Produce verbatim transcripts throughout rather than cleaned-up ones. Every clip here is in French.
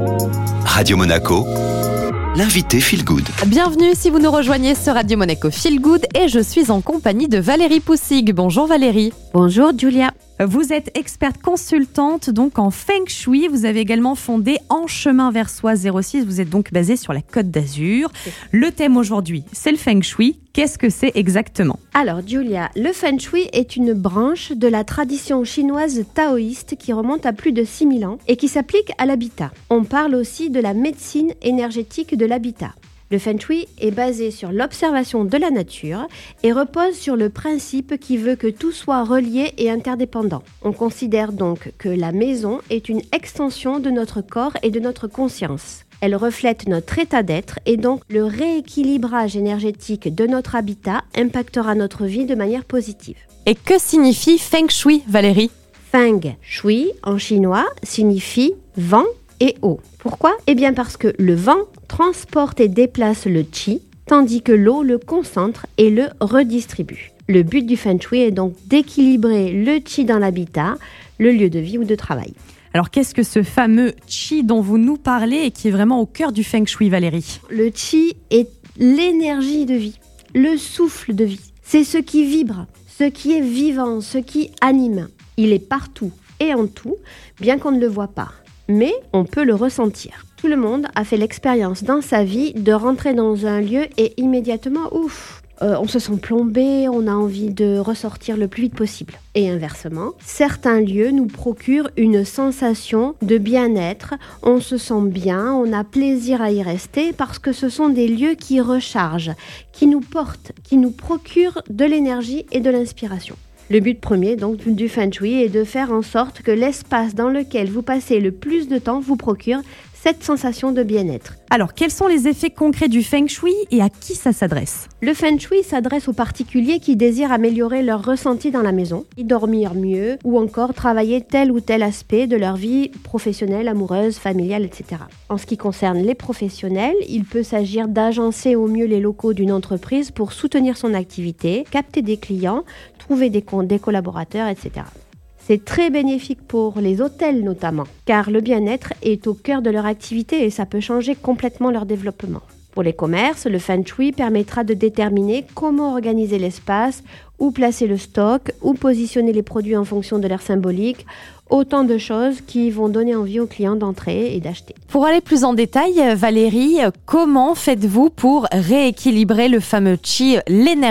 Radio Monaco, l'invité Feel Good. Bienvenue si vous nous rejoignez sur Radio Monaco Feel Good et je suis en compagnie de Valérie Poussig. Bonjour Valérie. Bonjour Julia. Vous êtes experte consultante donc en Feng Shui. Vous avez également fondé En Chemin vers Soi zéro six. Vous êtes donc basée sur la Côte d'Azur. Le thème aujourd'hui, c'est le Feng Shui. Qu'est-ce que c'est exactement ? Alors Julia, le Feng Shui est une branche de la tradition chinoise taoïste qui remonte à plus de six mille ans et qui s'applique à l'habitat. On parle aussi de la médecine énergétique de l'habitat. Le Feng Shui est basé sur l'observation de la nature et repose sur le principe qui veut que tout soit relié et interdépendant. On considère donc que la maison est une extension de notre corps et de notre conscience. Elle reflète notre état d'être et donc le rééquilibrage énergétique de notre habitat impactera notre vie de manière positive. Et que signifie Feng Shui, Valérie ? Feng Shui en chinois signifie vent et eau. Pourquoi ? Eh bien parce que le vent transporte et déplace le qi, tandis que l'eau le concentre et le redistribue. Le but du Feng Shui est donc d'équilibrer le qi dans l'habitat, le lieu de vie ou de travail. Alors qu'est-ce que ce fameux qi dont vous nous parlez et qui est vraiment au cœur du Feng Shui, Valérie ? Le qi est l'énergie de vie, le souffle de vie. C'est ce qui vibre, ce qui est vivant, ce qui anime. Il est partout et en tout, bien qu'on ne le voit pas. Mais on peut le ressentir. Tout le monde a fait l'expérience dans sa vie de rentrer dans un lieu et immédiatement, ouf, euh, on se sent plombé, on a envie de ressortir le plus vite possible. Et inversement, certains lieux nous procurent une sensation de bien-être, on se sent bien, on a plaisir à y rester parce que ce sont des lieux qui rechargent, qui nous portent, qui nous procurent de l'énergie et de l'inspiration. Le but premier donc du Feng Shui est de faire en sorte que l'espace dans lequel vous passez le plus de temps vous procure cette sensation de bien-être. Alors, quels sont les effets concrets du Feng Shui et à qui ça s'adresse ? Le Feng Shui s'adresse aux particuliers qui désirent améliorer leur ressenti dans la maison, y dormir mieux ou encore travailler tel ou tel aspect de leur vie professionnelle, amoureuse, familiale, et cetera. En ce qui concerne les professionnels, il peut s'agir d'agencer au mieux les locaux d'une entreprise pour soutenir son activité, capter des clients, trouver des, co- des collaborateurs, et cetera. C'est très bénéfique pour les hôtels notamment, car le bien-être est au cœur de leur activité et ça peut changer complètement leur développement. Pour les commerces, le Feng Shui permettra de déterminer comment organiser l'espace, où placer le stock, où positionner les produits en fonction de leur symbolique, autant de choses qui vont donner envie aux clients d'entrer et d'acheter. Pour aller plus en détail, Valérie, comment faites-vous pour rééquilibrer le fameux qi, l'énergie ?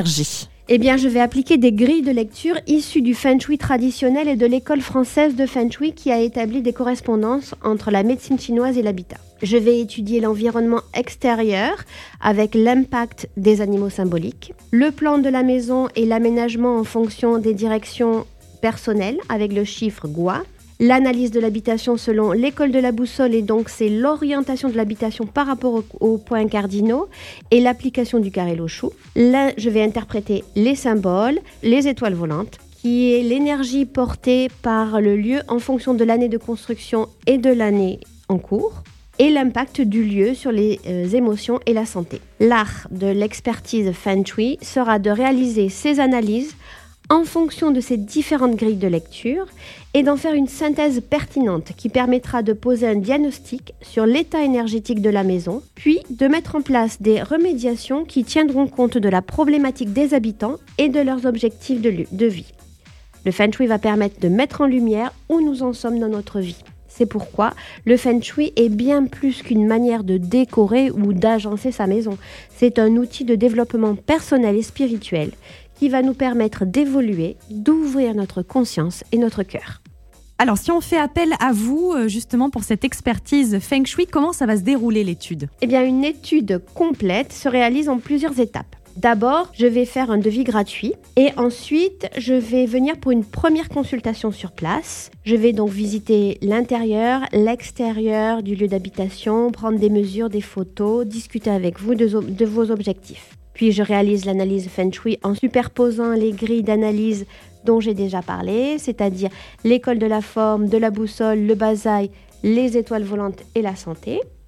Eh bien, je vais appliquer des grilles de lecture issues du Feng Shui traditionnel et de l'école française de Feng Shui qui a établi des correspondances entre la médecine chinoise et l'habitat. Je vais étudier l'environnement extérieur avec l'impact des animaux symboliques, le plan de la maison et l'aménagement en fonction des directions personnelles avec le chiffre Gua, l'analyse de l'habitation selon l'école de la boussole et donc c'est l'orientation de l'habitation par rapport aux, aux points cardinaux et l'application du carré Lo-Shu. Là, je vais interpréter les symboles, les étoiles volantes, qui est l'énergie portée par le lieu en fonction de l'année de construction et de l'année en cours, et l'impact du lieu sur les euh, émotions et la santé. L'art de l'expertise Feng Shui sera de réaliser ces analyses en fonction de ces différentes grilles de lecture et d'en faire une synthèse pertinente qui permettra de poser un diagnostic sur l'état énergétique de la maison, puis de mettre en place des remédiations qui tiendront compte de la problématique des habitants et de leurs objectifs de, de vie. Le Feng Shui va permettre de mettre en lumière où nous en sommes dans notre vie. C'est pourquoi le Feng Shui est bien plus qu'une manière de décorer ou d'agencer sa maison. C'est un outil de développement personnel et spirituel qui va nous permettre d'évoluer, d'ouvrir notre conscience et notre cœur. Alors, si on fait appel à vous, justement, pour cette expertise Feng Shui, comment ça va se dérouler l'étude ? Eh bien, une étude complète se réalise en plusieurs étapes. D'abord, je vais faire un devis gratuit et ensuite, je vais venir pour une première consultation sur place. Je vais donc visiter l'intérieur, l'extérieur du lieu d'habitation, prendre des mesures, des photos, discuter avec vous de, de vos objectifs. Puis je réalise l'analyse Feng Shui en superposant les grilles d'analyse dont j'ai déjà parlé, c'est-à-dire l'école de la forme, de la boussole, le basaï, les étoiles volantes et la santé.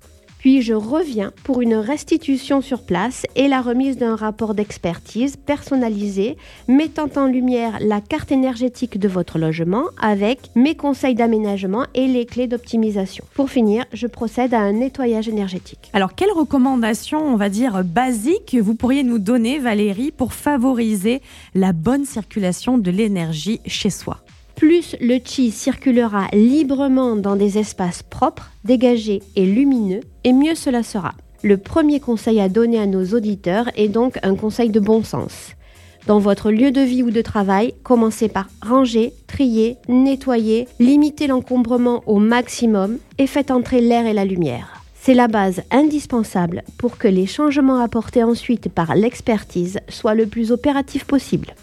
Puis je reviens pour une restitution sur place et la remise d'un rapport d'expertise personnalisé mettant en lumière la carte énergétique de votre logement avec mes conseils d'aménagement et les clés d'optimisation. Pour finir, je procède à un nettoyage énergétique. Alors, quelles recommandations, on va dire, basiques vous pourriez nous donner, Valérie, pour favoriser la bonne circulation de l'énergie chez soi ? Plus le chi circulera librement dans des espaces propres, dégagés et lumineux, et mieux cela sera. Le premier conseil à donner à nos auditeurs est donc un conseil de bon sens. Dans votre lieu de vie ou de travail, commencez par ranger, trier, nettoyer, limiter l'encombrement au maximum et faites entrer l'air et la lumière. C'est la base indispensable pour que les changements apportés ensuite par l'expertise soient le plus opératifs possible.